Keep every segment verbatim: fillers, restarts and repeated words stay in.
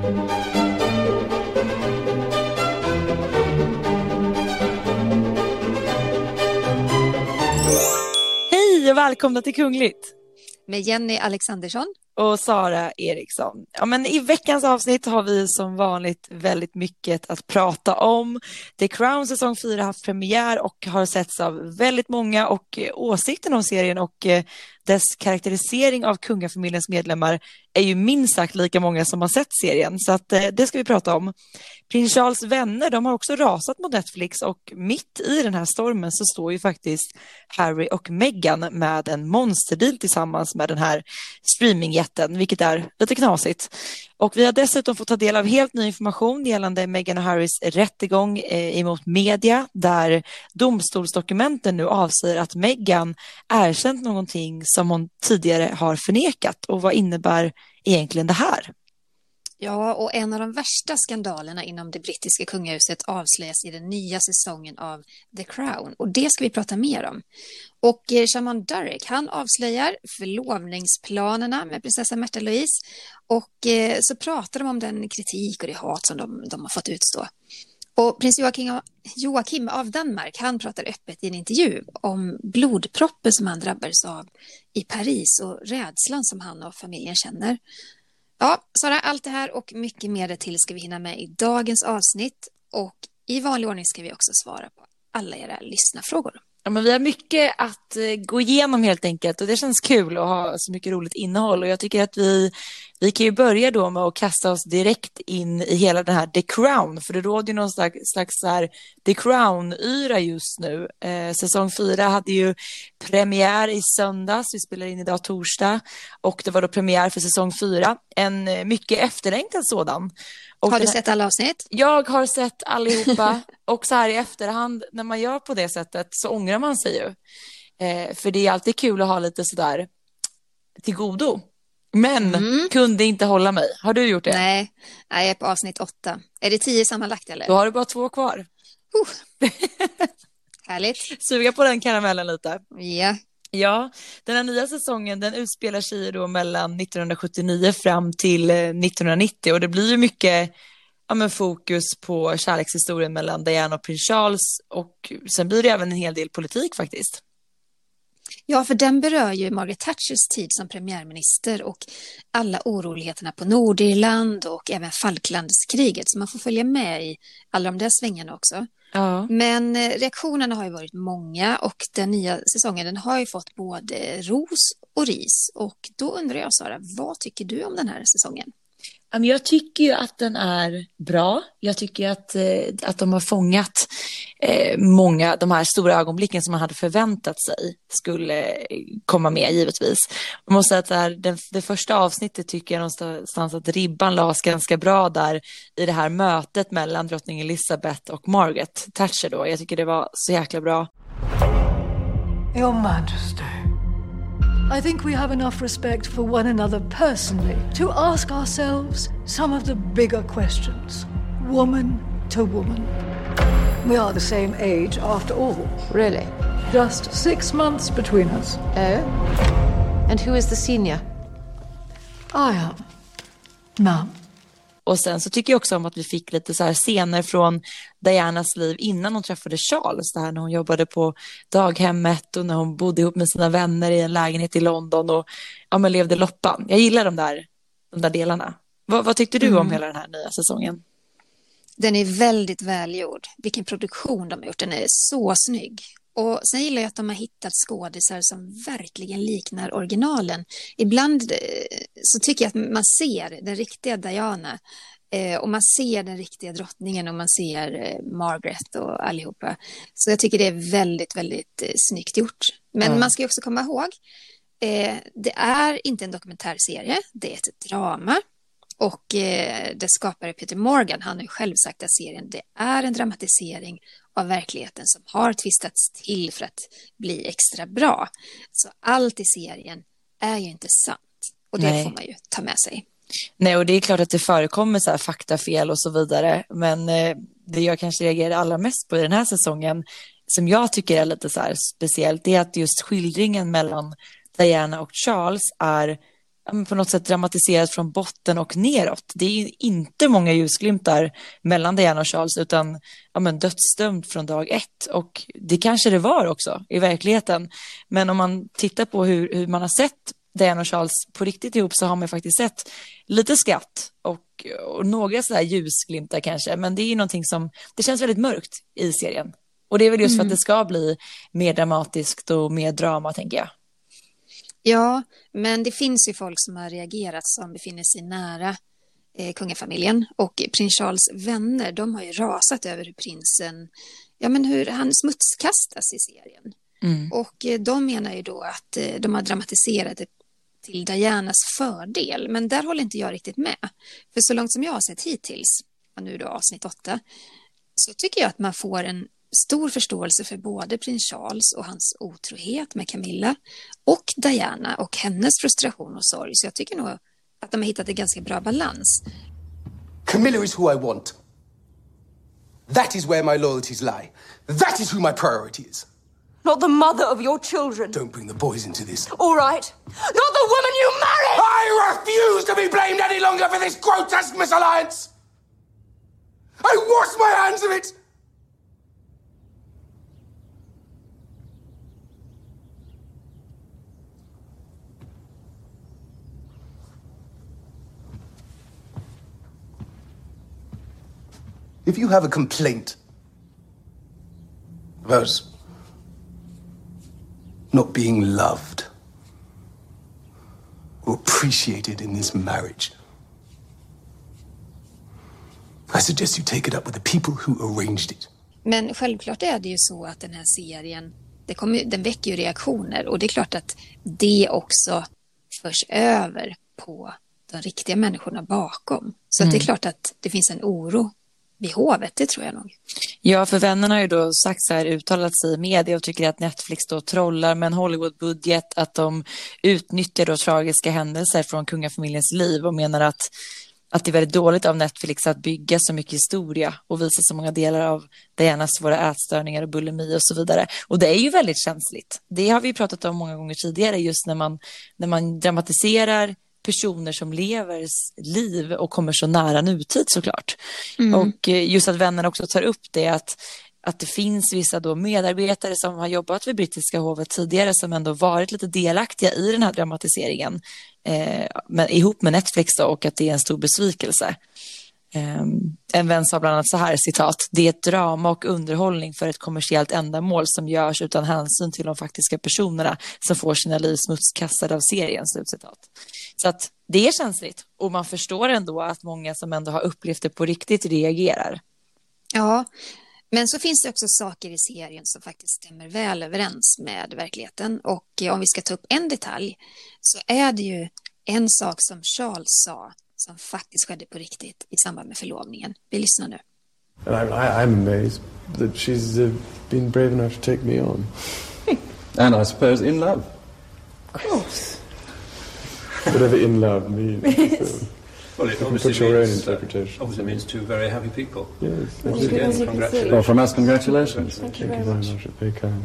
Hej och välkomna till Kungligt. Med Jenny Alexandersson. Och Sara Eriksson. Ja, men i veckans avsnitt har vi som vanligt väldigt mycket att prata om. The Crown säsong fyra har haft premiär och har setts av väldigt många, och åsikten om serien och dess karaktärisering av kungafamiljens medlemmar är ju minst sagt lika många som har sett serien. Så att, det ska vi prata om. Prins Charles vänner, de har också rasat mot Netflix, och mitt i den här stormen så står ju faktiskt Harry och Meghan med en monsterdeal tillsammans med den här streamingjätten, vilket är lite knasigt. Och vi har dessutom fått ta del av helt ny information gällande Meghan och Harrys rättegång eh, emot media, där domstolsdokumenten nu avsäger att Meghan erkänt någonting som hon tidigare har förnekat. Och vad innebär egentligen det här? Ja, och en av de värsta skandalerna inom det brittiska kungahuset avslöjas i den nya säsongen av The Crown. Och det ska vi prata mer om. Och eh, Shaman Durek, han avslöjar förlovningsplanerna med prinsessa Märtha Louise. Och eh, så pratar de om den kritik och det hat som de, de har fått utstå. Och prins Joakim, Joakim av Danmark, han pratar öppet i en intervju om blodproppen som han drabbades av i Paris och rädslan som han och familjen känner. Ja, Sara, allt det här och mycket mer till ska vi hinna med i dagens avsnitt, och i vanlig ordning ska vi också svara på alla era lyssnarfrågor. Ja, men vi har mycket att gå igenom helt enkelt, och det känns kul att ha så mycket roligt innehåll, och jag tycker att vi, vi kan ju börja då med att kasta oss direkt in i hela den här The Crown, för det råder ju någon slags, slags så här The Crown-yra just nu. Eh, säsong fyra hade ju premiär i söndags, vi spelar in idag torsdag, och det var då premiär för säsong fyra, en mycket efterlängtad sådan. Och har du här, sett alla avsnitt? Jag har sett allihopa, och så här i efterhand, när man gör på det sättet så ångrar man sig ju. Eh, för det är alltid kul att ha lite sådär till godo. Men mm. kunde inte hålla mig. Har du gjort det? Nej, jag är på avsnitt åtta. Är det tio sammanlagt eller? Då har du bara två kvar. Uh. Härligt. Suga på den karamellen lite. Ja. Ja, den här nya säsongen, den utspelar sig då mellan nittonhundrasjuttionio fram till nittonhundranittio, och det blir ju mycket ja, men fokus på kärlekshistorien mellan Diana och prins Charles, och sen blir det även en hel del politik faktiskt. Ja, för den berör ju Margaret Thatchers tid som premiärminister och alla oroligheterna på Nordirland och även Falklandskriget, så man får följa med i alla de där svängarna också. Ja. Men reaktionerna har ju varit många, och den nya säsongen den har ju fått både ros och ris. Och då undrar jag, Sara, vad tycker du om den här säsongen? Jag tycker ju att den är bra. Jag tycker att, att de har fångat många, de här stora ögonblicken som man hade förväntat sig skulle komma med, givetvis. Jag måste säga att det, här, det, det första avsnittet tycker jag någonstans att ribban lades ganska bra där i det här mötet mellan drottning Elizabeth och Margaret Thatcher då. Jag tycker det var så jäkla bra. Your Majesty, I think we have enough respect for one another personally to ask ourselves some of the bigger questions, woman to woman. We are the same age after all. Really? Just six months between us. Oh? And who is the senior? I am. Ma'am. Och sen så tycker jag också om att vi fick lite så här scener från Dianas liv innan hon träffade Charles. Det här när hon jobbade på daghemmet och när hon bodde ihop med sina vänner i en lägenhet i London och ja, men levde loppan. Jag gillar de där, de där delarna. Vad, vad tyckte du mm. om hela den här nya säsongen? Den är väldigt välgjord. Vilken produktion de har gjort. Den är så snygg. Och sen gillar jag att de har hittat skådisar som verkligen liknar originalen. Ibland så tycker jag att man ser den riktiga Diana eh, och man ser den riktiga drottningen och man ser eh, Margaret och allihopa. Så jag tycker det är väldigt, väldigt eh, snyggt gjort. Men mm. man ska ju också komma ihåg, eh, det är inte en dokumentärserie, det är ett drama. Och eh, det skapare Peter Morgan, han har ju själv sagt att serien det är en dramatisering av verkligheten som har twistats till för att bli extra bra. Så allt i serien är ju inte sant. Och det Nej. får man ju ta med sig. Nej, och det är klart att det förekommer så här faktafel och så vidare. Men eh, det jag kanske reagerar allra mest på i den här säsongen, som jag tycker är lite så här speciellt, det är att just skildringen mellan Diana och Charles är på något sätt dramatiserat från botten och neråt. Det är ju inte många ljusglimtar mellan Diana och Charles, utan ja, men dödsdömd från dag ett. Och det kanske det var också i verkligheten. Men om man tittar på hur, hur man har sett Diana och Charles på riktigt ihop, så har man faktiskt sett lite skratt och, och några sådär ljusglimtar kanske. Men det är ju någonting som, det känns väldigt mörkt i serien. Och det är väl just mm. för att det ska bli mer dramatiskt och mer drama, tänker jag. Ja, men det finns ju folk som har reagerat som befinner sig nära eh, kungafamiljen. Och prins Charles vänner, de har ju rasat över hur prinsen, ja men hur han smutskastas i serien. Mm. Och eh, de menar ju då att eh, de har dramatiserat det till Dianas fördel. Men där håller inte jag riktigt med. För så långt som jag har sett hittills, och nu då avsnitt åtta, så tycker jag att man får en stor förståelse för både prins Charles och hans otrohet med Camilla och Diana och hennes frustration och sorg. Så jag tycker nog att de har hittat en ganska bra balans. Camilla is who I want. That is where my loyalties lie. That is who my priority is. Not the mother of your children. Don't bring the boys into this. All right. Not the woman you married! I refuse to be blamed any longer for this grotesque misalliance. I wash my hands of it. If you have a complaint about not being loved or appreciated in this marriage, I suggest you take it up with the people who arranged it. Men självklart är det ju så att den här serien, det kommer, den väcker ju reaktioner, och det är klart att det också förs över på de riktiga människorna bakom. Så mm. att det är klart att det finns en oro vid hovet, det tror jag nog. Ja, för vännerna har ju då sagt så här, uttalat sig i media och tycker att Netflix då trollar med en Hollywood-budget, att de utnyttjar då tragiska händelser från kungafamiljens liv och menar att, att det är väldigt dåligt av Netflix att bygga så mycket historia och visa så många delar av Dianas svåra ätstörningar och bulimi och så vidare. Och det är ju väldigt känsligt. Det har vi pratat om många gånger tidigare, just när man, när man dramatiserar personer som lever liv och kommer så nära nutid, såklart. Mm. Och just att vännerna också tar upp det, att, att det finns vissa då medarbetare som har jobbat vid brittiska hovet tidigare som ändå varit lite delaktiga i den här dramatiseringen eh, men, ihop med Netflix då, och att det är en stor besvikelse. Um, en vän sa bland annat så här, citat: det är ett drama och underhållning för ett kommersiellt ändamål som görs utan hänsyn till de faktiska personerna som får sina liv smutskastade av serien, slutcitat. Så att det är känsligt, och man förstår ändå att många som ändå har upplevt det på riktigt reagerar. Ja, men så finns det också saker i serien som faktiskt stämmer väl överens med verkligheten. Och om vi ska ta upp en detalj, så är det ju en sak som Charles sa som faktiskt skedde på riktigt i samband med förlovningen. Vi lyssnar nu. And I, I, I'm amazed that she's uh, been brave enough to take me on. And I suppose in love. Of course. Whatever in love means. Well, it you obviously put your own means, interpretation. Uh, obviously means two very happy people. Yes. Once again, congratulations. Well, from us, congratulations. Thank you very much. Thank you very much. Very kind.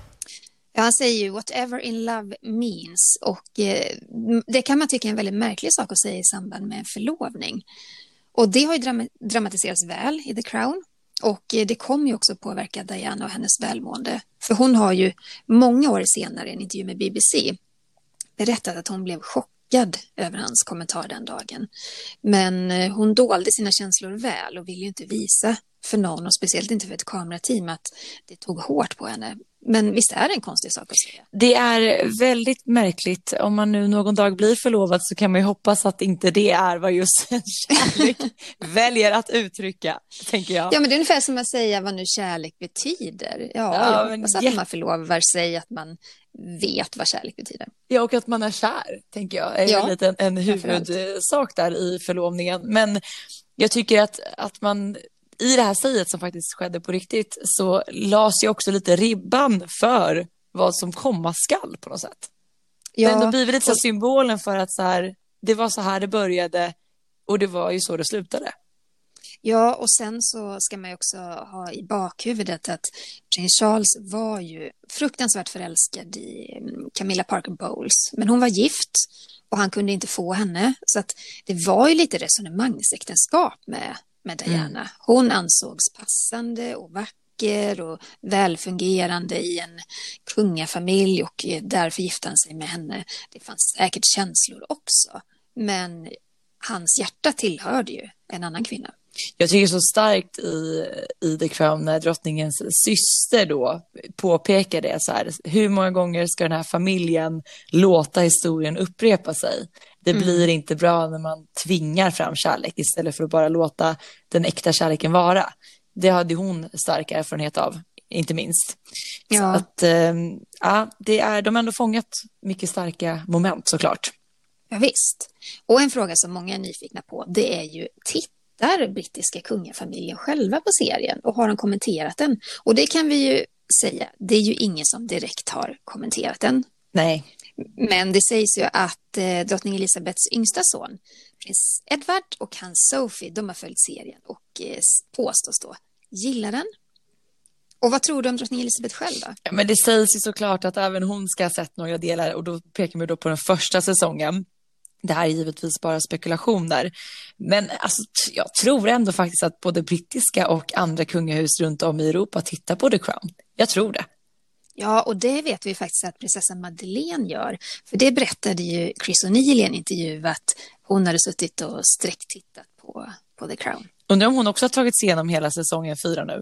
Ja, han säger ju whatever in love means, och eh, det kan man tycka är en väldigt märklig sak att säga i samband med en förlovning. Och det har ju dram- dramatiserats väl i The Crown, och eh, det kommer ju också påverka Diana och hennes välmående. För hon har ju många år senare i en intervju med B B C berättat att hon blev chockad över hans kommentar den dagen. Men eh, hon dolde sina känslor väl och ville ju inte visa för någon, och speciellt inte för ett kamerateam, att det tog hårt på henne. Men visst är det en konstig sak att säga? Det är väldigt märkligt. Om man nu någon dag blir förlovad så kan man ju hoppas att inte det är vad just en kärlek väljer att uttrycka, tänker jag. Ja, men det är ungefär som att säga vad nu kärlek betyder. Ja, ja, jag hoppas att jätt... man förlovar sig, att man vet vad kärlek betyder. Ja, och att man är kär, tänker jag, är ja, lite en, en huvudsak där i förlovningen. Men jag tycker att, att man... i det här säget som faktiskt skedde på riktigt, så lades ju också lite ribban för vad som komma skall på något sätt. Ja, men då blir det lite så och... symbolen för att så här, det var så här det började och det var ju så det slutade. Ja, och sen så ska man ju också ha i bakhuvudet att prins Charles var ju fruktansvärt förälskad i Camilla Parker Bowles. Men hon var gift och han kunde inte få henne. Så att det var ju lite resonemangsäktenskap med, med Diana. Mm. Hon ansågs passande och vacker och välfungerande i en kungafamilj och därför gifte han sig med henne. Det fanns säkert känslor också. Men hans hjärta tillhörde ju en annan kvinna. Jag tycker så starkt i, i The Crown när drottningens syster då påpekar det så här. Hur många gånger ska den här familjen låta historien upprepa sig? Det mm. blir inte bra när man tvingar fram kärlek istället för att bara låta den äkta kärleken vara. Det hade hon stark erfarenhet av, inte minst. Ja. Så att, äh, ja, det är, de har ändå fångat mycket starka moment såklart. Ja, visst. Och en fråga som många är nyfikna på, det är ju tittar brittiska kungafamiljen själva på serien och har de kommenterat den? Och det kan vi ju säga, det är ju ingen som direkt har kommenterat den. Nej. Men det sägs ju att eh, drottning Elisabeths yngsta son, prins Edward och hans Sophie, de har följt serien och eh, påstås då gillar den. Och vad tror du om drottning Elisabeth själv då? Ja, men det sägs ju såklart att även hon ska ha sett några delar och då pekar vi då på den första säsongen. Det här är givetvis bara spekulationer. Men alltså, jag tror ändå faktiskt att både brittiska och andra kungahus runt om i Europa tittar på The Crown. Jag tror det. Ja, och det vet vi faktiskt att prinsessan Madeleine gör. För det berättade ju Chris O'Neill i en intervju att hon hade suttit och sträckt tittat på, på The Crown. Undrar om hon också har tagit sig igenom hela säsongen fyra nu.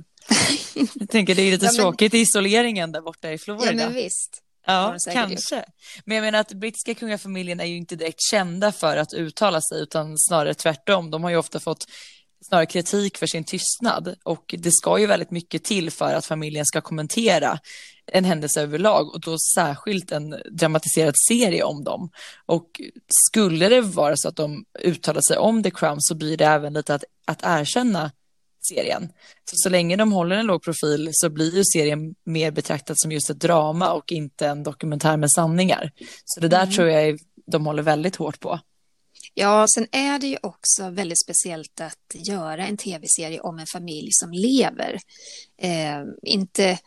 Jag tänker det är lite ja, men... tråkigt i isoleringen där borta i Florida. Ja, men visst. Ja, kanske. Gjort. Men jag menar att brittiska kungafamiljen är ju inte direkt kända för att uttala sig utan snarare tvärtom. De har ju ofta fått snarare kritik för sin tystnad och det ska ju väldigt mycket till för att familjen ska kommentera en händelse överlag och då särskilt en dramatiserad serie om dem. Och skulle det vara så att de uttalar sig om The Crown så blir det även lite att, att erkänna serien. Så, så länge de håller en låg profil så blir ju serien mer betraktad som just ett drama och inte en dokumentär med sanningar. Så det där mm. tror jag de håller väldigt hårt på. Ja, sen är det ju också väldigt speciellt att göra en tv-serie om en familj som lever. Eh, inte,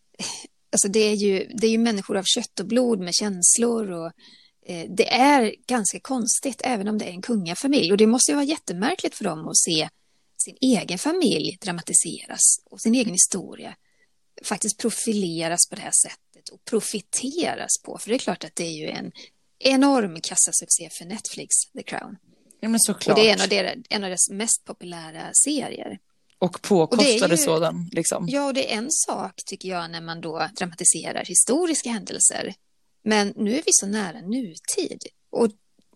alltså det är ju, det är ju människor av kött och blod med känslor och eh, det är ganska konstigt även om det är en kungafamilj. Och det måste ju vara jättemärkligt för dem att se sin egen familj dramatiseras och sin egen historia faktiskt profileras på det här sättet och profiteras på. För det är klart att det är ju en enorm kassasuccé för Netflix, The Crown. Ja, men såklart. Och det är en av, deras, en av deras mest populära serier. Och påkostade ju, sådan. Liksom. Ja, och det är en sak tycker jag när man då dramatiserar historiska händelser. Men nu är vi så nära nutid. Och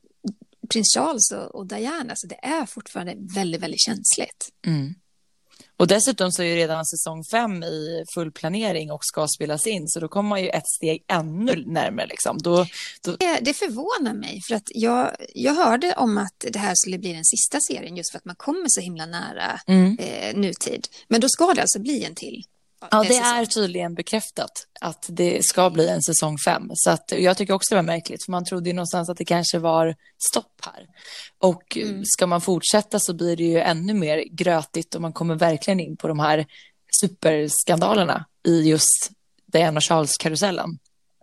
prins Charles och, och Diana, så det är fortfarande väldigt, väldigt känsligt. Mm. Och dessutom så är ju redan säsong fem i full planering och ska spelas in. Så då kommer man ju ett steg ännu närmare. Liksom. Då, då... Det, det förvånar mig för att jag, jag hörde om att det här skulle bli den sista serien just för att man kommer så himla nära mm. eh, nutid. Men då ska det alltså bli en till. Ja, det är tydligen bekräftat att det ska bli en säsong fem. Så att jag tycker också det var märkligt. För man trodde ju någonstans att det kanske var stopp här. Och mm. ska man fortsätta så blir det ju ännu mer grötigt. Och man kommer verkligen in på de här superskandalerna i just Diana och Charles-karusellen.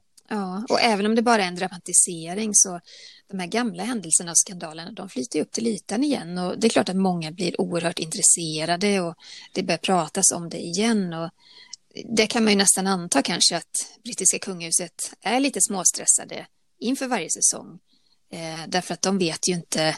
Ja, och även om det bara är en dramatisering så de här gamla händelserna och skandalerna, de flyter upp till ytan igen. Och det är klart att många blir oerhört intresserade och det börjar pratas om det igen. Och det kan man ju nästan anta kanske att brittiska kungahuset är lite småstressade inför varje säsong. Eh, därför att de vet ju inte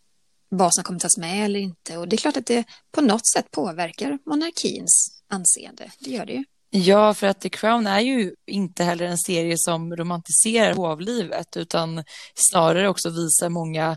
vad som kommer tas med eller inte. Och det är klart att det på något sätt påverkar monarkins anseende. Det gör det ju. Ja, för att The Crown är ju inte heller en serie som romantiserar hovlivet utan snarare också visar många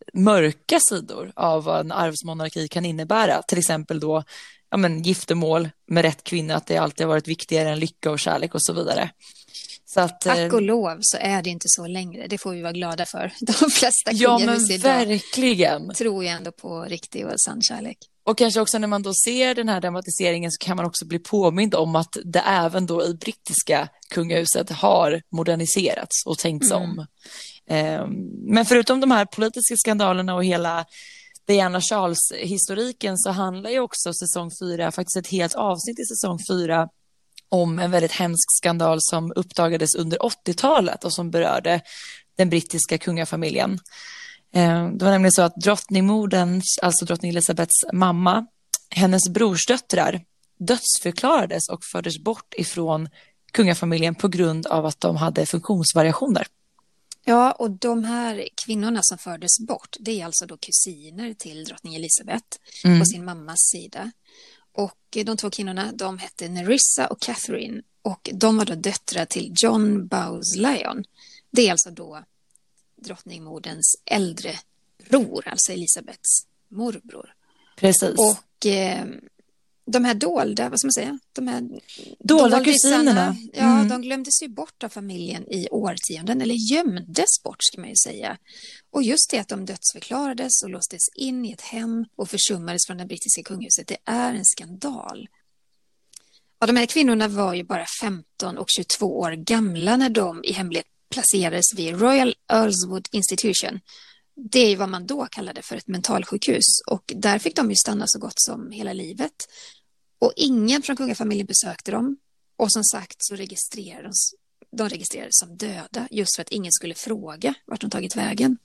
mörka sidor av vad en arvsmonarki kan innebära. Till exempel då ja, men, giftermål med rätt kvinna, att det alltid har varit viktigare än lycka och kärlek och så vidare. Så att, tack och lov så är det inte så längre. Det får vi vara glada för. De flesta ja, men verkligen. Tror ju ändå på riktig och sann kärlek. Och kanske också när man då ser den här dramatiseringen så kan man också bli påmind om att det även då i brittiska kungahuset har moderniserats och tänkts mm. om. Um, men förutom de här politiska skandalerna och hela Diana Charles-historiken så handlar ju också säsong fyra, faktiskt ett helt avsnitt i säsong fyra, om en väldigt hemsk skandal som uppdagades under åttiotalet och som berörde den brittiska kungafamiljen. Det var nämligen så att drottningmodern, alltså drottning Elizabeths mamma, hennes brorsdöttrar dödsförklarades och fördes bort ifrån kungafamiljen på grund av att de hade funktionsvariationer. Ja, och de här kvinnorna som fördes bort, det är alltså då kusiner till drottning Elizabeth mm. på sin mammas sida. Och de två kvinnorna, de hette Nerissa och Catherine, och de var då döttrar till John Bowes-Lyon. Det är alltså då drottningmoderns äldre bror, alltså Elizabeths morbror. Precis. Och eh, de här dolda, vad ska man säga? De här dolda kusinerna. Ja, mm. de glömdes ju bort av familjen i årtionden, eller gömdes bort ska man ju säga. Och just det att de dödsförklarades och låstes in i ett hem och försummades från det brittiska kungahuset, det är en skandal. Ja, de här kvinnorna var ju bara femton och tjugotvå år gamla när de i hemlighet placerades vid Royal Earlswood Institution. Det är ju vad man då kallade för ett mentalsjukhus, och där fick de ju stanna så gott som hela livet. Och ingen från kungafamiljen besökte dem, och som sagt så registrerades de registrerades som döda just för att ingen skulle fråga vart de tagit vägen.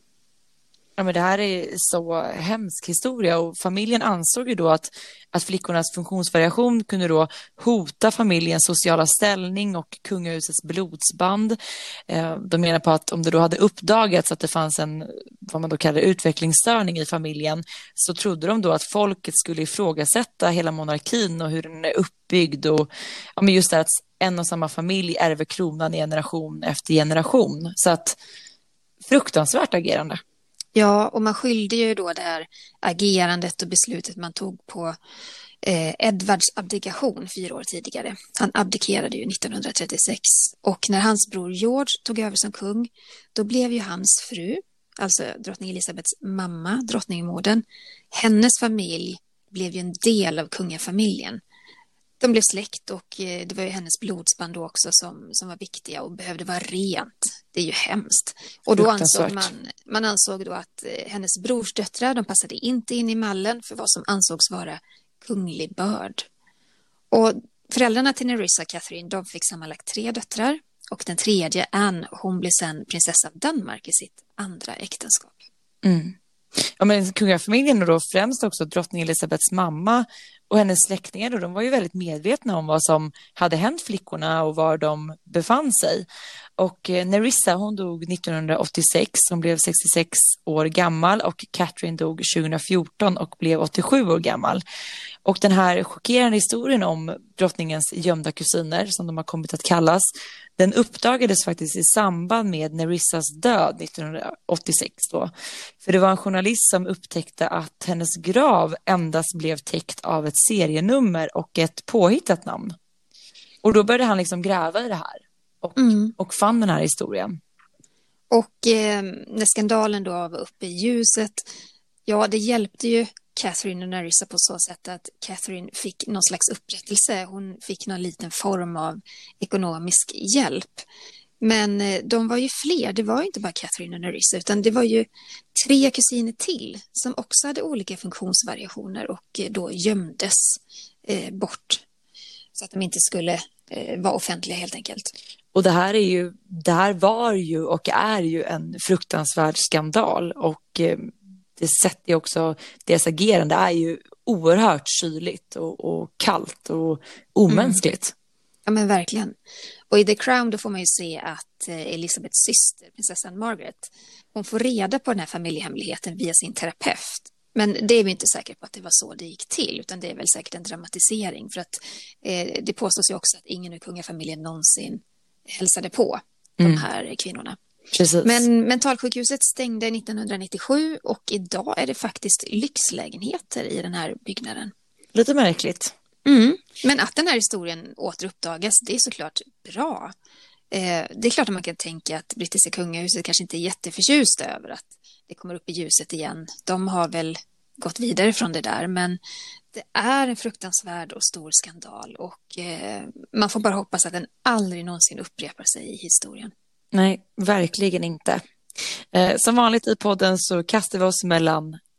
Ja, men det här är så hemsk historia, och familjen ansåg ju då att, att flickornas funktionsvariation kunde då hota familjens sociala ställning och kungahusets blodsband. Eh, de menar på att om det då hade uppdagats att det fanns en, vad man då kallar utvecklingsstörning i familjen, så trodde de då att folket skulle ifrågasätta hela monarkin och hur den är uppbyggd, och ja, men just det att en och samma familj ärver kronan i generation efter generation. Så att fruktansvärt agerande. Ja, och man skyllde ju då det här agerandet och beslutet man tog på eh, Edvards abdikation fyra år tidigare. Han abdikerade ju nittonhundratrettiosex, och när hans bror George tog över som kung, då blev ju hans fru, alltså drottning Elizabeths mamma, drottningmodern, hennes familj blev ju en del av kungafamiljen. De blev släkt, och det var ju hennes blodsband då också som, som var viktiga och behövde vara rent. Det är ju hemskt. Och då ansåg man, man ansåg då att hennes brorsdöttrar, de passade inte in i mallen för vad som ansågs vara kunglig börd. Och föräldrarna till Nerissa Catherine, de fick sammanlagt tre döttrar, och den tredje, Anne, hon blev sen prinsessa av Danmark i sitt andra äktenskap. Mm. Ja, men kungafamiljen och då främst också drottning Elizabeths mamma och hennes släktingar då, de var ju väldigt medvetna om vad som hade hänt flickorna och var de befann sig. Och eh, Nerissa, hon dog nittonhundraåttiosex, hon blev sextiosex år gammal, och Catherine dog tjugohundrafjorton och blev åttiosju år gammal. Och den här chockerande historien om drottningens gömda kusiner, som de har kommit att kallas, den uppdagades faktiskt i samband med Nerissas död nittonhundraåttiosex då. För det var en journalist som upptäckte att hennes grav endast blev täckt av ett serienummer och ett påhittat namn. Och då började han liksom gräva i det här och, mm. och fann den här historien. Och eh, när skandalen då var uppe i ljuset, ja, det hjälpte ju Catherine och Nerissa på så sätt att Catherine fick någon slags upprättelse. Hon fick någon liten form av ekonomisk hjälp. Men eh, de var ju fler, det var ju inte bara Catherine och Nerissa, utan det var ju tre kusiner till som också hade olika funktionsvariationer och eh, då gömdes eh, bort så att de inte skulle eh, vara offentliga helt enkelt. Och det här är ju, det här var ju och är ju en fruktansvärd skandal, och eh, det sätter ju också, deras agerande är ju oerhört kyligt och, och kallt och omänskligt. Mm. Ja, men verkligen. Och i The Crown då får man ju se att eh, Elizabeths syster, prinsessan Margaret, hon får reda på den här familjehemligheten via sin terapeut. Men det är vi inte säkra på att det var så det gick till, utan det är väl säkert en dramatisering, för att eh, det påstås ju också att ingen i kungafamiljen någonsin hälsade på mm. de här kvinnorna. Precis. Men mentalsjukhuset stängde nittonhundranittiosju, och idag är det faktiskt lyxlägenheter i den här byggnaden. Lite märkligt. Mm. Men att den här historien återuppdagas, det är såklart bra. Eh, det är klart att man kan tänka att brittiska kungahuset kanske inte är jätteförtjust över att det kommer upp i ljuset igen. De har väl gått vidare från det där, men det är en fruktansvärd och stor skandal, och eh, man får bara hoppas att den aldrig någonsin upprepar sig i historien. Nej, verkligen inte. Eh, som vanligt i podden så kastar vi oss mellan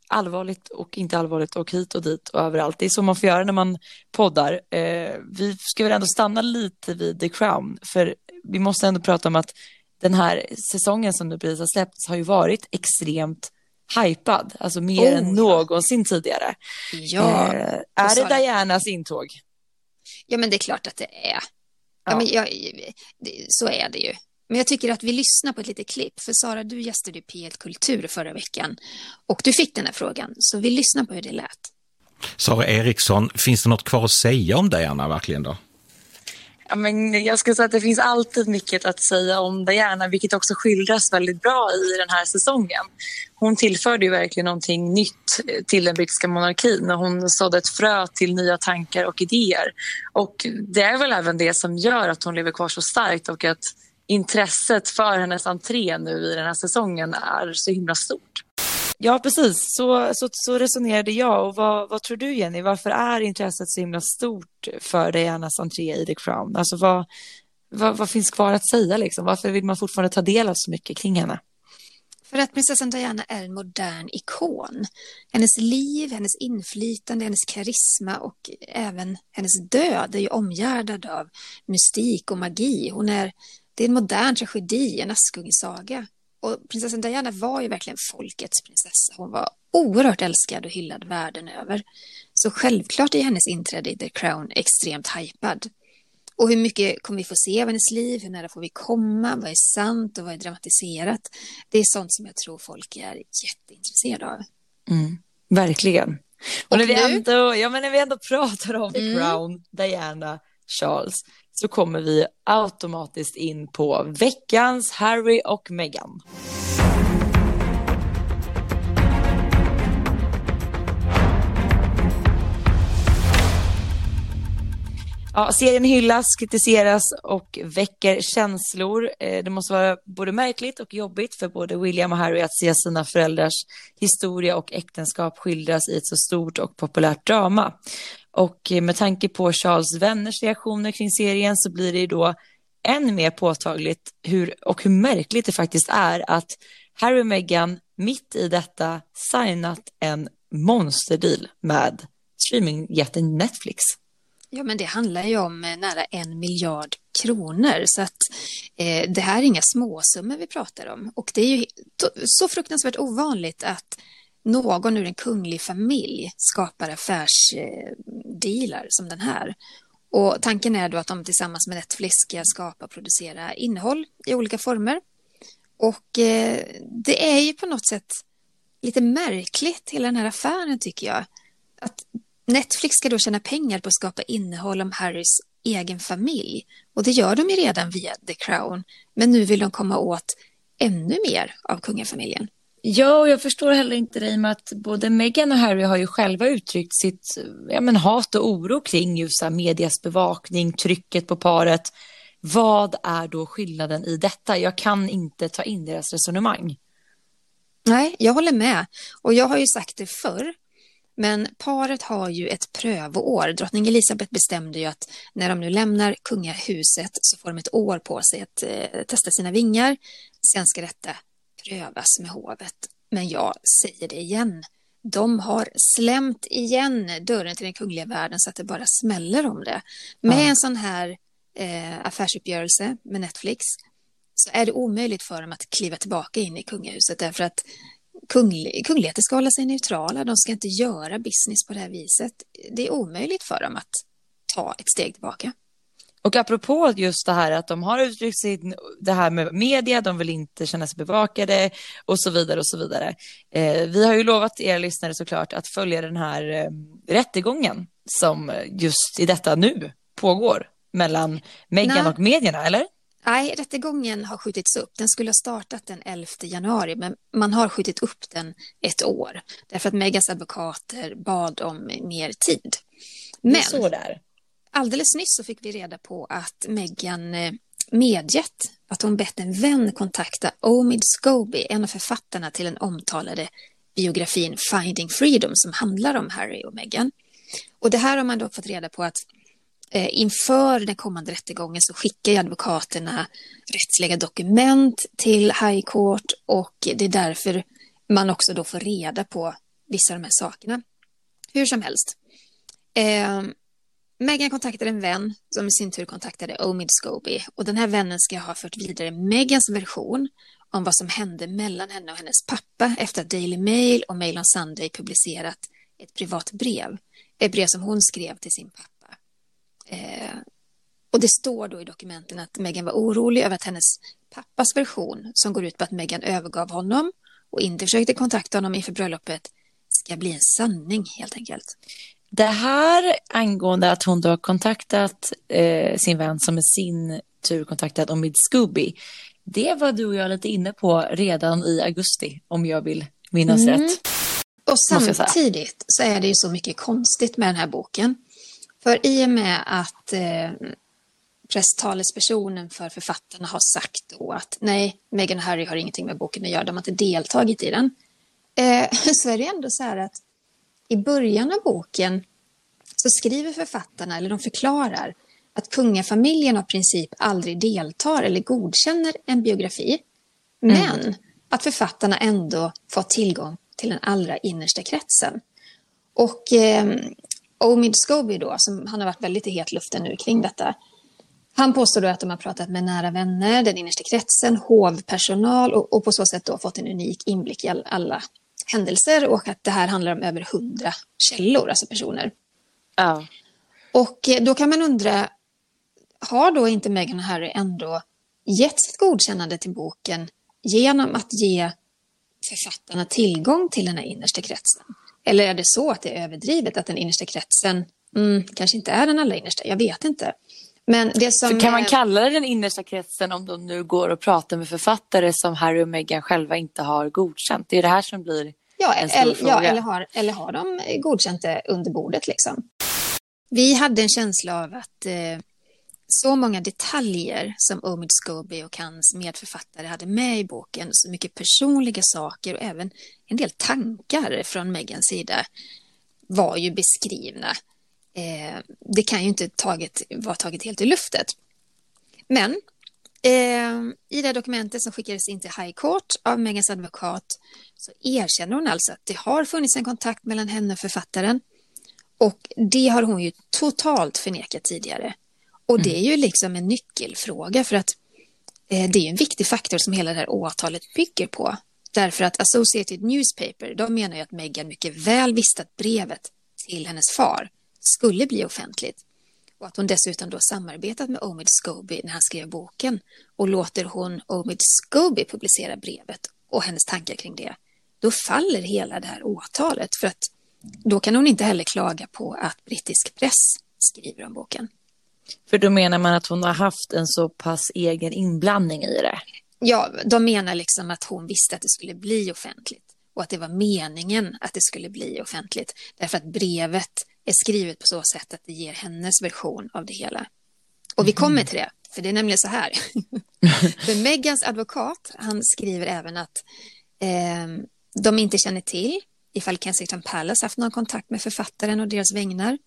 allvarligt och inte allvarligt och hit och dit och överallt. Det är så man får göra när man poddar. Eh, vi ska väl ändå stanna lite vid The Crown, för vi måste ändå prata om att den här säsongen som nu precis har släppts har ju varit extremt hypad, alltså mer Oh, än ja. någonsin tidigare. Ja, eh, är det Sara. Dianas intåg? Ja, men det är klart att det är. Ja. Ja. Men jag, det, så är det ju. Men jag tycker att vi lyssnar på ett litet klipp. För Sara, du gästade ju P ett Kultur förra veckan. Och du fick den här frågan. Så vi lyssnar på hur det lät. Sara Eriksson, finns det något kvar att säga om Diana verkligen då? Ja, men jag skulle säga att det finns alltid mycket att säga om Diana, vilket också skildras väldigt bra i den här säsongen. Hon tillförde ju verkligen någonting nytt till den brittiska monarkin och hon sådde ett frö till nya tankar och idéer. Och det är väl även det som gör att hon lever kvar så starkt och att intresset för hennes entré nu i den här säsongen är så himla stort. Ja, precis. Så, så, så resonerade jag. Och vad, vad tror du, Jenny? Varför är intresset så himla stort för Dianas entré i The Crown? Alltså vad, vad, vad finns kvar att säga liksom? Varför vill man fortfarande ta del av så mycket kring henne? För att prinsessan Diana är en modern ikon. Hennes liv, hennes inflytande, hennes karisma och även hennes död är ju omgärdad av mystik och magi. Hon är, det är en modern tragedi, en Askungesaga. Och prinsessan Diana var ju verkligen folkets prinsessa. Hon var oerhört älskad och hyllad världen över. Så självklart är hennes inträde i The Crown extremt hypad. Och hur mycket kommer vi få se av hennes liv? Hur nära får vi komma? Vad är sant och vad är dramatiserat? Det är sånt som jag tror folk är jätteintresserade av. Mm, verkligen. Och, Och när, vi nu? ändå, ja, men när vi ändå pratar om The Mm. Crown, Diana, Charles, så kommer vi automatiskt in på veckans Harry och Meghan. Ja, serien hyllas, kritiseras och väcker känslor. Eh, Det måste vara både märkligt och jobbigt för både William och Harry att se sina föräldrars historia och äktenskap skildras i ett så stort och populärt drama. Och eh, med tanke på Charles vänners reaktioner kring serien så blir det ju då än mer påtagligt hur, och hur märkligt det faktiskt är att Harry och Meghan mitt i detta signat en monsterdeal med streamingjätten Netflix. Ja, men det handlar ju om eh, nära en miljard kronor. Så att eh, det här är inga småsummor vi pratar om. Och det är ju to- så fruktansvärt ovanligt att någon ur en kunglig familj skapar affärsdealar eh, som den här. Och tanken är då att de tillsammans med Netflix ska skapa och producera innehåll i olika former. Och eh, det är ju på något sätt lite märkligt hela den här affären tycker jag. Att Netflix ska då tjäna pengar på att skapa innehåll om Harrys egen familj. Och det gör de ju redan via The Crown. Men nu vill de komma åt ännu mer av kungafamiljen. Ja, och jag förstår heller inte det med att både Meghan och Harry har ju själva uttryckt sitt ja, men hat och oro kring just så här medias bevakning, trycket på paret. Vad är då skillnaden i detta? Jag kan inte ta in deras resonemang. Nej, jag håller med. Och jag har ju sagt det förr. Men paret har ju ett prövoår. Drottning Elizabeth bestämde ju att när de nu lämnar kungahuset så får de ett år på sig att eh, testa sina vingar. Sen ska detta prövas med hovet. Men jag säger det igen. De har slämt igen dörren till den kungliga världen så att det bara smäller om det. Med Ja. en sån här eh, affärsuppgörelse med Netflix så är det omöjligt för dem att kliva tillbaka in i kungahuset därför att Kungl- kungligheter ska hålla sig neutrala. De ska inte göra business på det här viset. Det är omöjligt för dem att ta ett steg tillbaka. Och apropå just det här att de har uttryckt sig det här med media, de vill inte känna sig bevakade och så vidare och så vidare. Eh, vi har ju lovat er lyssnare såklart att följa den här eh, rättegången som just i detta nu pågår mellan Meghan Nej. och medierna, eller? Nej, rättegången har skjutits upp. Den skulle ha startat den elfte januari men man har skjutit upp den ett år. Därför att Meghans advokater bad om mer tid. Men Så där. alldeles nyss så fick vi reda på att Meghan eh, medgett att hon bett en vän kontakta Omid Scobie, en av författarna till den omtalade biografin Finding Freedom som handlar om Harry och Meghan. Och det här har man då fått reda på att eh, inför den kommande rättegången så skickar ju advokaterna rättsliga dokument till High Court och det är därför man också då får reda på vissa av de här sakerna. Hur som helst. Eh, Meghan kontaktade en vän som i sin tur kontaktade Omid Scobie. Och den här vännen ska ha fört vidare Meghans version om vad som hände mellan henne och hennes pappa efter att Daily Mail och Mail on Sunday publicerat ett privat brev. Ett brev som hon skrev till sin pappa. Eh, och det står då i dokumenten att Meghan var orolig över att hennes pappas version, som går ut på att Meghan övergav honom och inte försökte kontakta honom inför bröllopet, ska bli en sanning helt enkelt. Det här angående att hon då har kontaktat eh, sin vän som i sin tur kontaktat Omid Scobie, det var du och jag lite inne på redan i augusti, om jag vill minnas mm. rätt. Och samtidigt så är det ju så mycket konstigt med den här boken. För i och med att eh, presstalespersonen för författarna har sagt då att nej, Meghan och Harry har ingenting med boken att göra, de har inte deltagit i den. Eh, så är det ändå så här att i början av boken så skriver författarna, eller de förklarar, att kungafamiljen av princip aldrig deltar eller godkänner en biografi. Men mm. att författarna ändå får tillgång till den allra innersta kretsen. Och eh, Omid Scobie då, som han har varit väldigt i hetluften nu kring detta. Han påstår då att de har pratat med nära vänner, den innersta kretsen, hovpersonal och, och på så sätt då fått en unik inblick i all, alla händelser och att det här handlar om över hundra källor, alltså personer. Ja. Och då kan man undra, har då inte Meghan och Harry ändå gett sitt godkännande till boken genom att ge författarna tillgång till den här innersta kretsen? Eller är det så att det är överdrivet att den innersta kretsen mm, kanske inte är den allra innersta? Jag vet inte. Men det som så kan man är... kalla det den innersta kretsen om de nu går och pratar med författare som Harry och Meghan själva inte har godkänt? Det är det här som blir ja, en stor eller, fråga. Ja, eller har, eller har de godkänt det under bordet liksom? Vi hade en känsla av att eh, så många detaljer som Omid Scobie och hans medförfattare hade med i boken, så mycket personliga saker och även en del tankar från Meghans sida var ju beskrivna. Eh, det kan ju inte taget, vara taget helt i luftet. Men eh, i det dokumentet som skickades in till High Court av Meghans advokat så erkänner hon alltså att det har funnits en kontakt mellan henne och författaren. Och det har hon ju totalt förnekat tidigare. Och det är ju liksom en nyckelfråga för att eh, det är en viktig faktor som hela det här åtalet bygger på. Därför att Associated Newspaper, de menar ju att Meghan mycket väl visste att brevet till hennes far skulle bli offentligt. Och att hon dessutom då samarbetat med Omid Scobie när han skrev boken. Och låter hon Omid Scobie publicera brevet och hennes tankar kring det, då faller hela det här åtalet. För att då kan hon inte heller klaga på att brittisk press skriver om boken. För då menar man att hon har haft en så pass egen inblandning i det? Ja, de menar liksom att hon visste att det skulle bli offentligt. Och att det var meningen att det skulle bli offentligt. Därför att brevet är skrivet på så sätt att det ger hennes version av det hela. Och vi kommer till det, för det är nämligen så här. För Meghans advokat, han skriver även att eh, de inte känner till ifall Kensington Palace haft någon kontakt med författaren och deras vägnar.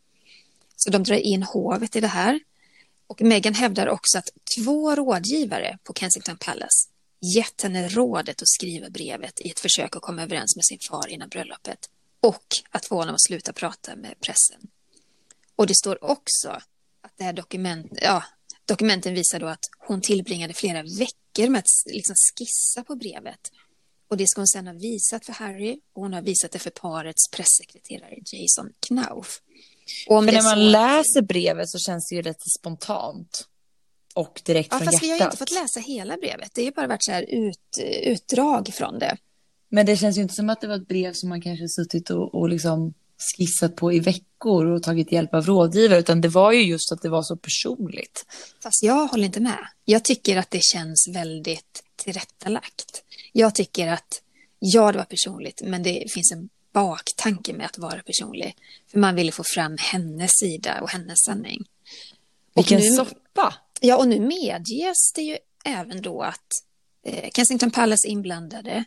Så de drar in hovet i det här. Och Meghan hävdar också att två rådgivare på Kensington Palace gett henne rådet att skriva brevet i ett försök att komma överens med sin far innan bröllopet. Och att få honom att sluta prata med pressen. Och det står också att det här dokument, ja, dokumenten visar då att hon tillbringade flera veckor med att liksom skissa på brevet. Och det ska hon sedan ha visat för Harry och hon har visat det för parets pressekreterare Jason Knauf. Och om för när man så... läser brevet så känns det ju lite spontant och direkt ja, från hjärtat. Ja, fast vi har ju inte fått läsa hela brevet. Det har ju bara varit så här ut, utdrag från det. Men det känns ju inte som att det var ett brev som man kanske suttit och, och liksom skissat på i veckor och tagit hjälp av rådgivare, utan det var ju just att det var så personligt. Fast jag håller inte med. Jag tycker att det känns väldigt tillrättalagt. Jag tycker att ja, det var personligt, men det finns en baktanke med att vara personlig. För man ville få fram hennes sida och hennes sanning. Vilken nu, soppa! Ja, och nu medges det ju även då att eh, Kensington Palace inblandade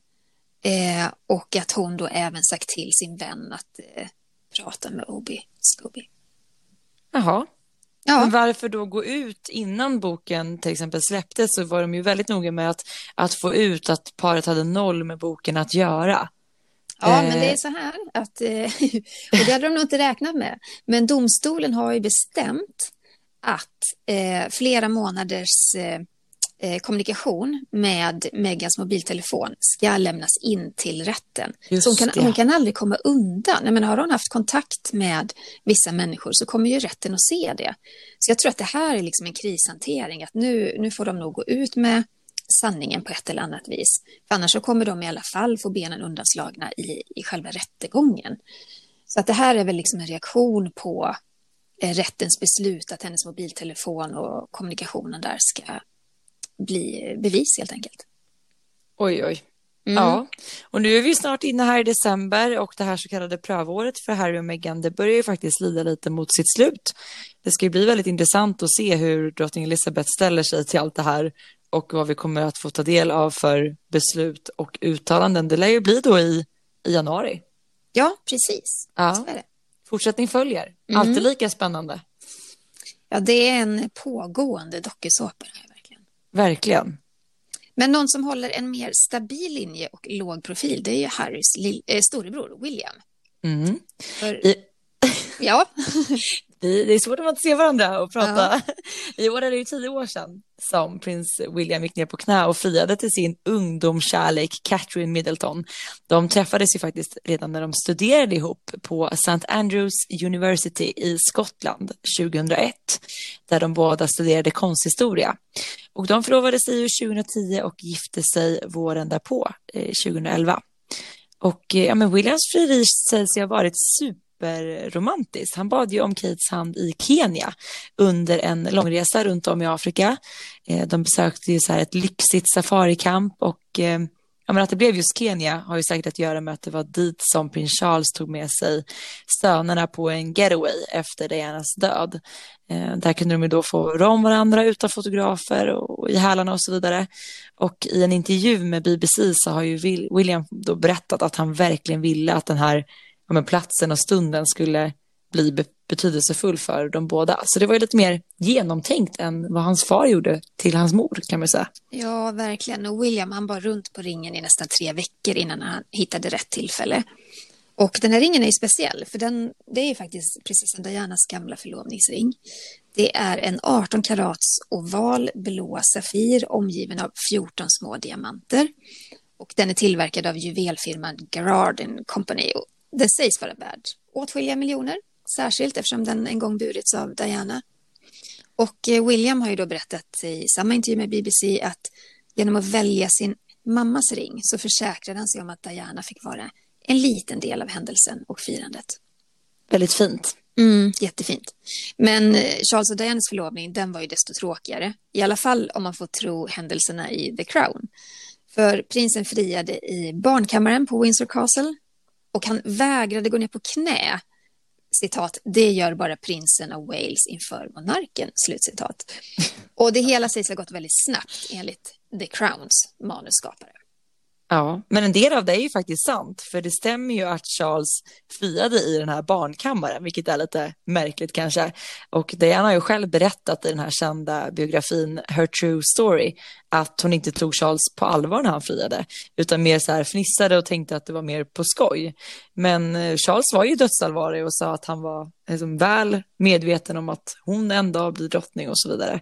eh, och att hon då även sagt till sin vän att eh, prata med Omid Scobie. Jaha. Ja. Men varför då gå ut innan boken till exempel släpptes, så var de ju väldigt noga med att, att få ut att paret hade noll med boken att göra. Ja, men det är så här att, och det hade de nog inte räknat med, men domstolen har ju bestämt att eh, flera månaders eh, kommunikation med Megans mobiltelefon ska lämnas in till rätten. Just så hon kan, det. hon kan aldrig komma undan. Nej, men har hon haft kontakt med vissa människor så kommer ju rätten att se det. Så jag tror att det här är liksom en krishantering, att nu, nu får de nog gå ut med sanningen på ett eller annat vis. För annars så kommer de i alla fall få benen undanslagna i, i själva rättegången. Så att det här är väl liksom en reaktion på eh, rättens beslut att hennes mobiltelefon och kommunikationen där ska bli bevis helt enkelt. Oj, oj. Mm. Ja, och nu är vi snart inne här i december och det här så kallade prövåret för Harry och Meghan, det börjar ju faktiskt lida lite mot sitt slut. Det ska ju bli väldigt intressant att se hur drottning Elizabeth ställer sig till allt det här och vad vi kommer att få ta del av för beslut och uttalanden. Det lär ju bli då i, i januari. Ja, precis. Ja. Så är det. Fortsättning följer. Mm. Alltid lika spännande. Ja, det är en pågående dokusåpa här verkligen. Verkligen. Men någon som håller en mer stabil linje och låg profil, det är ju Harrys lill- äh, storebror William. Mm. För... I... Ja. Det är svårt att inte se varandra och prata. Ja. I år är det ju tio år sedan som prins William gick ner på knä och friade till sin ungdomskärlek Catherine Middleton. De träffades ju faktiskt redan när de studerade ihop på Saint Andrews University i Skottland tjugohundraett, där de båda studerade konsthistoria. Och de förlovade sig ju tjugohundratio och gifte sig våren därpå, eh, tjugohundraelva. Och eh, ja, men Williams frieri sägs ju ha varit super romantiskt. Han bad ju om Kates hand i Kenya under en långresa runt om i Afrika. De besökte ju så här ett lyxigt safarikamp och ja, men att det blev just Kenya har ju säkert att göra med att det var dit som prins Charles tog med sig sönerna på en getaway efter Dianas död. Där kunde de ju då få röra om varandra utan fotografer och i hälarna och så vidare. Och i en intervju med B B C så har ju William då berättat att han verkligen ville att den här ja, men platsen och stunden skulle bli be- betydelsefull för de båda. Så det var ju lite mer genomtänkt än vad hans far gjorde till hans mor, kan man säga. Ja, verkligen. Och William, han var runt på ringen i nästan tre veckor innan han hittade rätt tillfälle. Och den här ringen är ju speciell, för den, det är ju faktiskt prinsessan Dianas gamla förlovningsring. Det är en arton karats oval blå safir omgiven av fjorton små diamanter. Och den är tillverkad av juvelfirman Garrard and Company. Den sägs vara värd åtskilliga miljoner, särskilt eftersom den en gång burits av Diana. Och William har ju då berättat i samma intervju med B B C att genom att välja sin mammas ring så försäkrade han sig om att Diana fick vara en liten del av händelsen och firandet. Väldigt fint. Mm, jättefint. Men Charles och Dianas förlovning, den var ju desto tråkigare. I alla fall om man får tro händelserna i The Crown. För prinsen friade i barnkammaren på Windsor Castle. Och han vägrade gå ner på knä. Citat, det gör bara prinsen av Wales inför monarken. Slutcitat. Och det hela sägs ha gått väldigt snabbt enligt The Crowns manusskapare. Ja, men en del av det är ju faktiskt sant. För det stämmer ju att Charles friade i den här barnkammaren, vilket är lite märkligt kanske. Och Diana har ju själv berättat i den här kända biografin Her True Story att hon inte tog Charles på allvar när han friade, utan mer så här fnissade och tänkte att det var mer på skoj. Men Charles var ju dödsallvarlig och sa att han var liksom väl medveten om att hon en dag blir drottning och så vidare.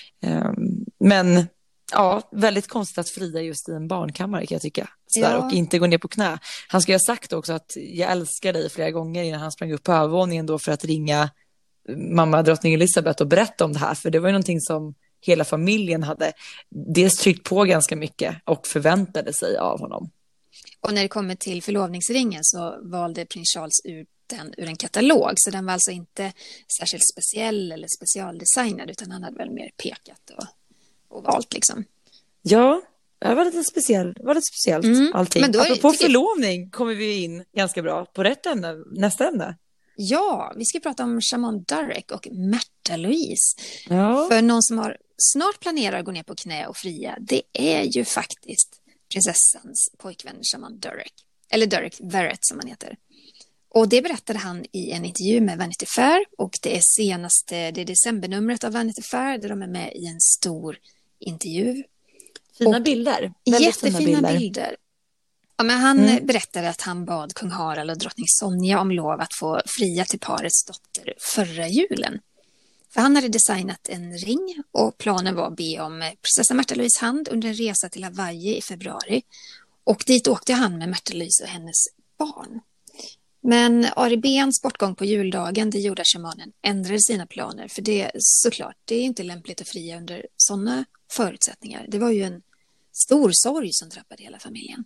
Men ja, väldigt konstigt att fria just i en barnkammare kan jag tycka. Sådär, ja. Och inte gå ner på knä. Han ska ju ha sagt också att jag älskar dig flera gånger innan han sprang upp på övervåningen då för att ringa mamma drottning Elizabeth och berätta om det här. För det var ju någonting som hela familjen hade dels tryckt på ganska mycket och förväntade sig av honom. Och när det kommer till förlovningsringen så valde prins Charles ut den ur en katalog. Så den var alltså inte särskilt speciell eller specialdesignad utan han hade väl mer pekat och och valt liksom. Ja, det var lite speciellt, var lite speciellt mm. allting. Men då är, Apropå förlovning jag... kommer vi in ganska bra på rätt ämne, nästa ämne. Ja, vi ska prata om Shaman Durek och Märta Louise. Ja. För någon som har snart planerar att gå ner på knä och fria, det är ju faktiskt prinsessans pojkvän Shaman Durek. Eller Durek Verrett som han heter. Och det berättade han i en intervju med Vanity Fair. Och det är senaste, det är decembernumret av Vanity Fair där de är med i en stor intervju. Fina och bilder. Jättefina bilder. bilder. Ja, men han Mm. berättade att han bad kung Harald och drottning Sonja om lov att få fria till parets dotter förra julen. För han hade designat en ring och planen var att be om prinsessa Märtha Louise hand under en resa till Hawaii i februari. Och dit åkte han med Märtha Louise och hennes barn. Men Ari Behns bortgång på juldagen, det gjorde att shamanen ändrade sina planer. För det såklart, det är inte lämpligt att fria under sådana förutsättningar. Det var ju en stor sorg som drabbade hela familjen.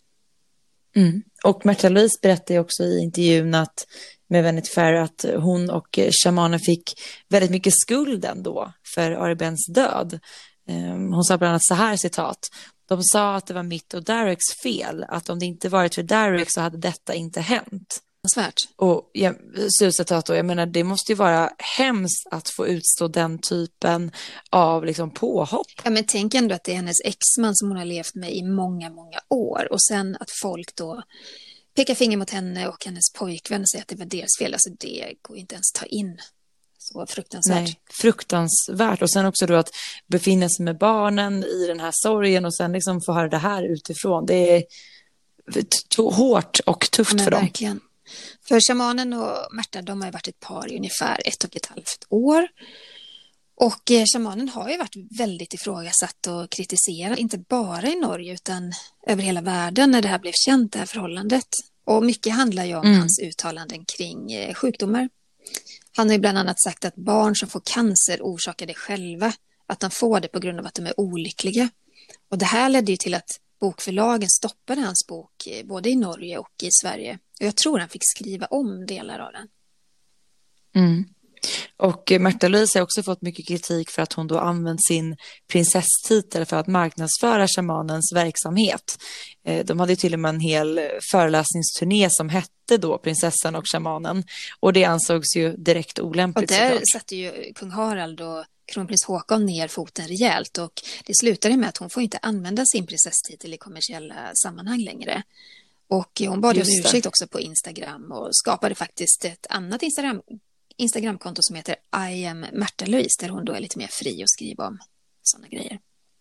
Mm. Och Märtha Louise berättade också i intervjun att, med Vanity Fair att hon och shamanen fick väldigt mycket skuld ändå för Ari Behns död. Hon sa bland annat så här, citat: de sa att det var mitt och Dereks fel, att om det inte varit för Derek så hade detta inte hänt. Svärt. Och jag, citat, och jag menar, det måste ju vara hemskt att få utstå den typen av liksom påhopp. Ja, men tänk ändå att det är hennes exman som hon har levt med i många, många år. Och sen att folk då pekar finger mot henne och hennes pojkvän och säger att det var deras fel. Alltså det går inte ens ta in. Så fruktansvärt. Nej, fruktansvärt. Och sen också då att befinna sig med barnen i den här sorgen och sen liksom få höra det här utifrån. Det är t- hårt och tufft ja, för dem. Verkligen. För shamanen och Märtha, de har ju varit ett par i ungefär ett och ett halvt år. Och eh, shamanen har ju varit väldigt ifrågasatt och kritiserad, inte bara i Norge utan över hela världen när det här blev känt, det här förhållandet. Och mycket handlar ju om mm. hans uttalanden kring eh, sjukdomar. Han har ju bland annat sagt att barn som får cancer orsakar det själva, att de får det på grund av att de är olyckliga. Och det här ledde ju till att bokförlagen stoppade hans bok eh, både i Norge och i Sverige. Och jag tror han fick skriva om delar av den. Mm. Och Märtha Louise har också fått mycket kritik för att hon då använt sin prinsesstitel för att marknadsföra shamanens verksamhet. De hade till och med en hel föreläsningsturné som hette då Prinsessan och shamanen. Och det ansågs ju direkt olämpligt. Och där satte ju kung Harald och kronprins Håkon ner foten rejält. Och det slutade med att hon får inte använda sin prinsesstitel i kommersiella sammanhang längre. Och hon bad om ursäkt också på Instagram och skapade faktiskt ett annat Instagram Instagramkonto som heter I am Märtha Louise, där hon då är lite mer fri att skriva om sådana grejer.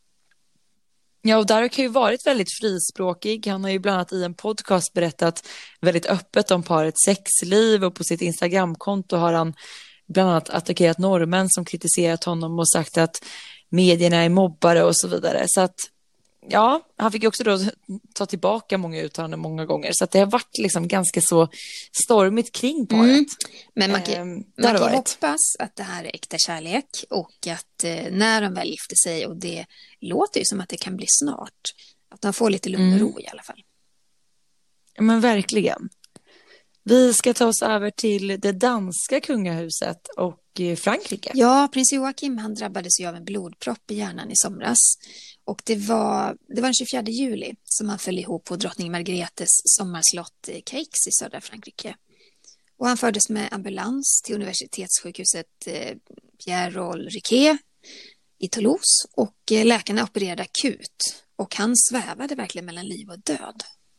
Ja, och Derek har ju varit väldigt frispråkig. Han har ju bland annat i en podcast berättat väldigt öppet om parets sexliv, och på sitt Instagramkonto har han bland annat attackerat norrmän som kritiserat honom och sagt att medierna är mobbare och så vidare. Så att ja, han fick ju också då ta tillbaka många uttalanden många gånger. Så att det har varit liksom ganska så stormigt kring paret. Mm. Men man kan, um, man kan hoppas att det här är äkta kärlek. Och att eh, när de väl gifter sig, och det låter ju som att det kan bli snart, att de får lite lugn och ro mm. i alla fall. Ja, men verkligen. Vi ska ta oss över till det danska kungahuset och Frankrike. Ja, prins Joachim, han drabbades ju av en blodpropp i hjärnan i somras. Och det var, det var den tjugofjärde juli som han föll ihop på drottning Margretes sommarslott Caix i södra Frankrike. Och han fördes med ambulans till universitetssjukhuset Pierre Riquet i Toulouse. Och läkarna opererade akut. Och han svävade verkligen mellan liv och död.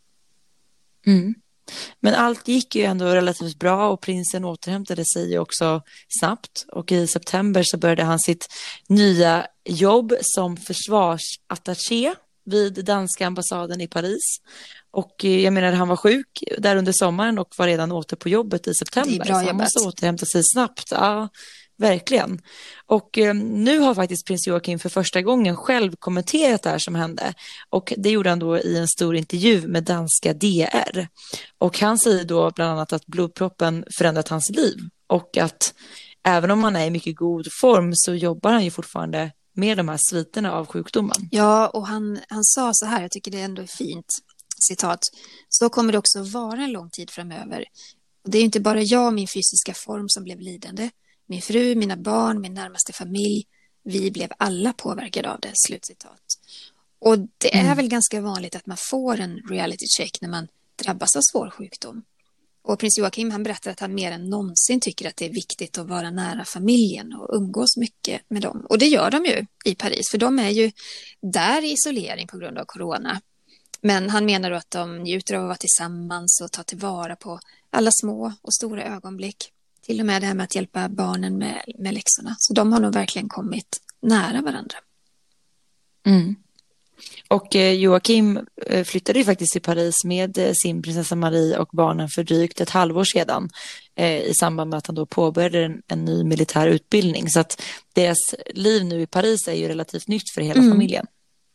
Mm. Men allt gick ju ändå relativt bra och prinsen återhämtade sig också snabbt. Och i september så började han sitt nya jobb som försvarsattaché vid danska ambassaden i Paris. Och jag menar, han var sjuk där under sommaren och var redan åter på jobbet i september. Det är bra så han måste återhämta sig snabbt. Ja, verkligen. Och eh, nu har faktiskt prins Joachim för första gången själv kommenterat det här som hände. Och det gjorde han då i en stor intervju med danska D R. Och han säger då bland annat att blodproppen förändrat hans liv. Och att även om han är i mycket god form så jobbar han ju fortfarande med de här sviterna av sjukdomen. Ja, och han, han sa så här, jag tycker det ändå är fint, citat: så kommer det också vara en lång tid framöver. Och det är ju inte bara jag och min fysiska form som blev lidande. Min fru, mina barn, min närmaste familj, vi blev alla påverkade av det, slutcitat. Och det är mm. väl ganska vanligt att man får en reality check när man drabbas av svår sjukdom. Och prins Joachim, han berättar att han mer än någonsin tycker att det är viktigt att vara nära familjen och umgås mycket med dem. Och det gör de ju i Paris, för de är ju där i isolering på grund av corona. Men han menar då att de njuter av att vara tillsammans och ta tillvara på alla små och stora ögonblick. Till och med det här med att hjälpa barnen med, med läxorna. Så de har nog verkligen kommit nära varandra. Mm. Och eh, Joakim eh, flyttade ju faktiskt till Paris med eh, sin prinsessa Marie och barnen för drygt ett halvår sedan eh, i samband med att han då påbörjade en, en ny militär utbildning. Så att deras liv nu i Paris är ju relativt nytt för hela mm. familjen.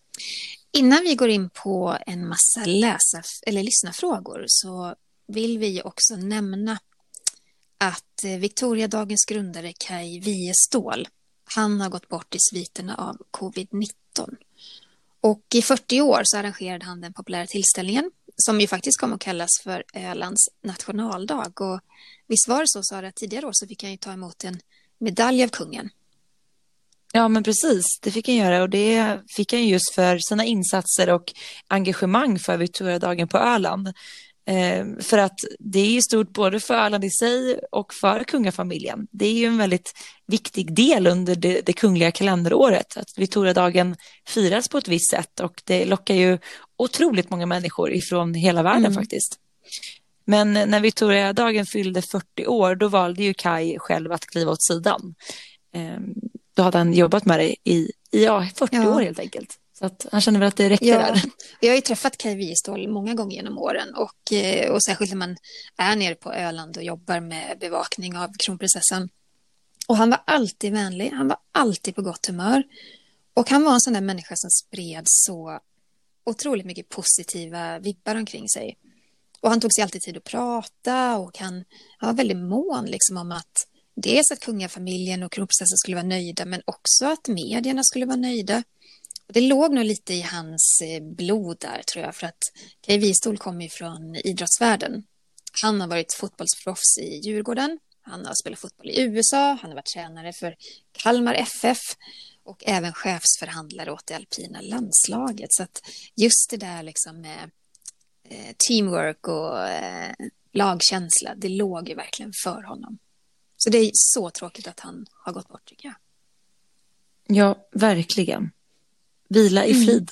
Innan vi går in på en massa läsa- eller lyssnarfrågor så vill vi också nämna att Victoriadagens grundare Kaj Wiestål, han har gått bort i sviterna av covid nitton. Och i fyrtio år så arrangerade han den populära tillställningen som ju faktiskt kom att kallas för Ölands nationaldag. Och visst var det så, Sara, att tidigare år så fick han ju ta emot en medalj av kungen. Ja, men precis. Det fick han göra och det fick han just för sina insatser och engagemang för Victoriadagen på Öland. Eh, för att det är ju stort både för Öland i sig och för kungafamiljen. Det är ju en väldigt viktig del under det, det kungliga kalenderåret att Victoriadagen firas på ett visst sätt och det lockar ju otroligt många människor ifrån hela världen mm. faktiskt. Men när Victoriadagen fyllde fyrtio år då valde ju Kaj själv att kliva åt sidan. Eh, då hade han jobbat med det i, i ja, fyrtio ja. år helt enkelt. Så att han känner väl att det räcker ja, där. Jag har ju träffat Kaj Wiestål många gånger genom åren. Och, och särskilt när man är nere på Öland och jobbar med bevakning av kronprinsessan. Och han var alltid vänlig. Han var alltid på gott humör. Och han var en sån där människa som spred så otroligt mycket positiva vibbar omkring sig. Och han tog sig alltid tid att prata. Och han, han var väldigt mån liksom om att dels att kungafamiljen och kronprinsessan skulle vara nöjda. Men också att medierna skulle vara nöjda. Det låg nog lite i hans blod där tror jag, för att Kaj Wiestål kommer ju från idrottsvärlden. Han har varit fotbollsproffs i Djurgården, han har spelat fotboll i U S A, han har varit tränare för Kalmar F F och även chefsförhandlare åt det alpina landslaget. Så att just det där liksom med eh, teamwork och eh, lagkänsla, det låg ju verkligen för honom. Så det är så tråkigt att han har gått bort tycker jag. Ja, verkligen. Vila i frid. Mm.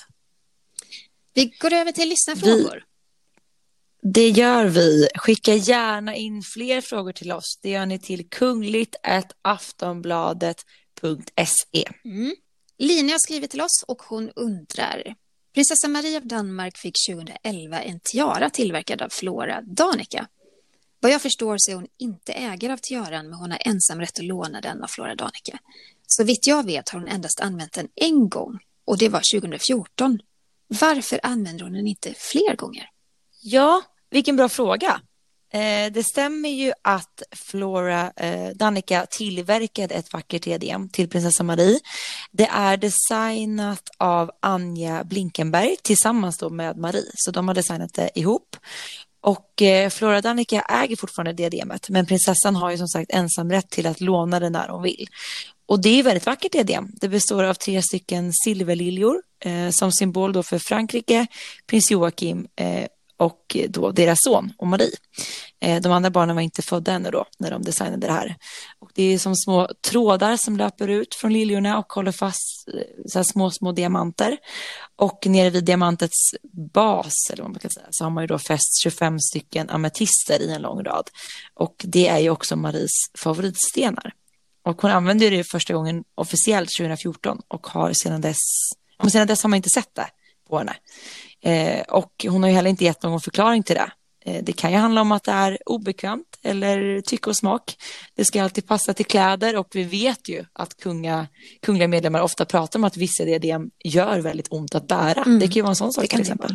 Vi går över till lyssnarfrågor. Vi, det gör vi. Skicka gärna in fler frågor till oss. Det gör ni till kungligt at aftonbladet punkt se. Mm. Lina har skrivit till oss och hon undrar. Prinsessa Marie av Danmark fick tjugoelva en tiara tillverkad av Flora Danica. Vad jag förstår så är hon inte ägare av tiaran men hon har ensam rätt att låna den av Flora Danica. Så vitt jag vet har hon endast använt den en gång. Och det var tjugohundrafjorton. Varför använder hon den inte fler gånger? Ja, vilken bra fråga. Eh, det stämmer ju att Flora eh, Danica tillverkade ett vackert E D M till prinsessa Marie. Det är designat av Anja Blinkenberg tillsammans då med Marie. Så de har designat det ihop. Och eh, Flora Danica äger fortfarande det D M:et. Men prinsessan har ju som sagt ensamrätt till att låna det när hon vill. Och det är väldigt vackert E D M. Det består av tre stycken silverliljor eh, som symbol då för Frankrike, prins Joakim eh, och då deras son och Marie. Eh, de andra barnen var inte födda ännu då när de designade det här. Och det är som små trådar som löper ut från liljorna och håller fast eh, så här små, små diamanter. Och nere vid diamantets bas eller vad man kan säga, så har man ju då fäst tjugofem stycken ametister i en lång rad. Och det är ju också Maries favoritstenar. Och hon använde det första gången officiellt tjugohundrafjorton och har sedan dess, men sedan dess har man inte sett det på henne. Eh, och hon har ju heller inte gett någon förklaring till det. Eh, det kan ju handla om att det är obekvämt eller tycke och smak. Det ska alltid passa till kläder och vi vet ju att kunga, kungliga medlemmar ofta pratar om att vissa D D M gör väldigt ont att bära. Mm. Det kan ju vara en sån sak till exempel.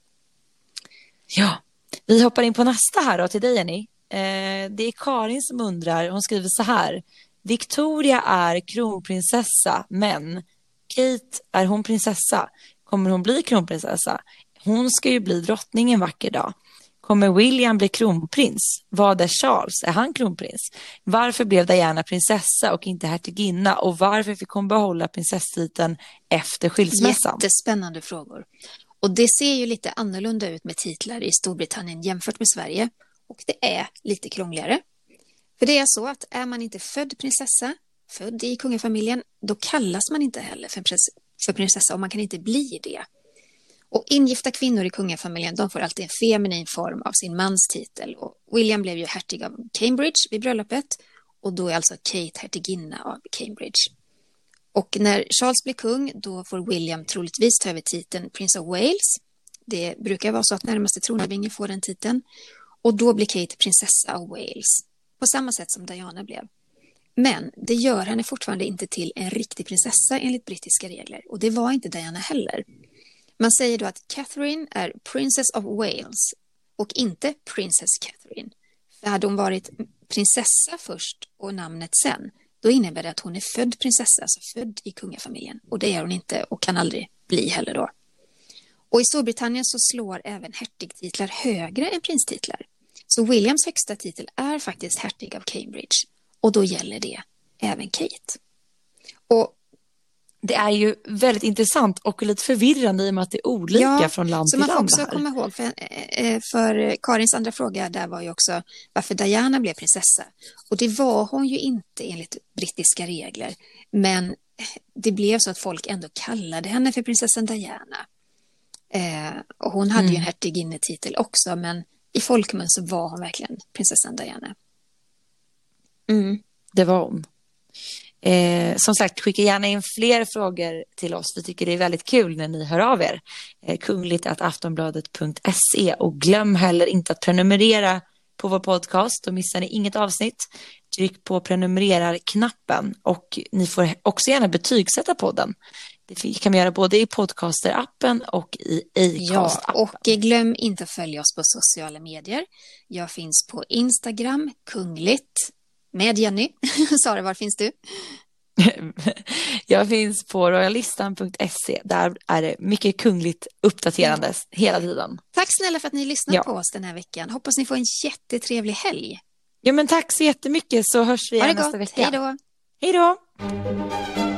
Ja, vi hoppar in på nästa här då till dig Jenny. Eh, det är Karin som undrar, hon skriver så här. Victoria är kronprinsessa, men Kate, är hon prinsessa? Kommer hon bli kronprinsessa? Hon ska ju bli drottning en vacker dag. Kommer William bli kronprins? Vad är Charles? Är han kronprins? Varför blev Diana prinsessa och inte hertiginna? Och varför fick hon behålla prinsesstiteln efter skilsmässan? Jättespännande frågor. Och det ser ju lite annorlunda ut med titlar i Storbritannien jämfört med Sverige. Och det är lite krångligare. För det är så att är man inte född prinsessa, född i kungafamiljen, då kallas man inte heller för, prins- för prinsessa och man kan inte bli det. Och ingifta kvinnor i kungafamiljen, de får alltid en feminin form av sin mans titel. Och William blev ju hertig av Cambridge vid bröllopet och då är alltså Kate hertiginna av Cambridge. Och när Charles blir kung, då får William troligtvis ta över titeln Prince of Wales. Det brukar vara så att närmaste tronarvingen får den titeln. Och då blir Kate prinsessa av Wales. På samma sätt som Diana blev. Men det gör henne fortfarande inte till en riktig prinsessa enligt brittiska regler. Och det var inte Diana heller. Man säger då att Catherine är Princess of Wales och inte Princess Catherine. För hade hon varit prinsessa först och namnet sen, då innebär det att hon är född prinsessa, alltså född i kungafamiljen. Och det är hon inte och kan aldrig bli heller då. Och i Storbritannien så slår även hertigtitlar högre än prinstitlar. Så Williams högsta titel är faktiskt hertig av Cambridge. Och då gäller det även Kate. Och det är ju väldigt intressant och lite förvirrande i och med att det är olika ja, från land till till land. Så man får land. också komma ihåg, för, för Karins andra fråga där var ju också varför Diana blev prinsessa. Och det var hon ju inte enligt brittiska regler. Men det blev så att folk ändå kallade henne för prinsessan Diana. Eh, och hon hade mm. ju en hertiginnetitel också, men i folkmun så var hon verkligen prinsessan Diana. Mm, det var hon. Eh, som sagt, skicka gärna in fler frågor till oss. Vi tycker det är väldigt kul när ni hör av er. Eh, kungligt at aftonbladet punkt se. Och glöm heller inte att prenumerera på vår podcast. Då missar ni inget avsnitt. Tryck på prenumererar-knappen. Och ni får också gärna betygsätta podden. Det kan man göra både i podcaster-appen och i Acast-appen. Ja, och glöm inte att följa oss på sociala medier. Jag finns på Instagram, kungligt. Med Jenny. Sara, var finns du? Jag finns på royalistan punkt se. Där är det mycket kungligt uppdaterandes ja. hela tiden. Tack snälla för att ni lyssnade ja. på oss den här veckan. Hoppas ni får en jättetrevlig helg. Ja, men tack så jättemycket, så hörs vi igen nästa vecka. Hej då. Hej då.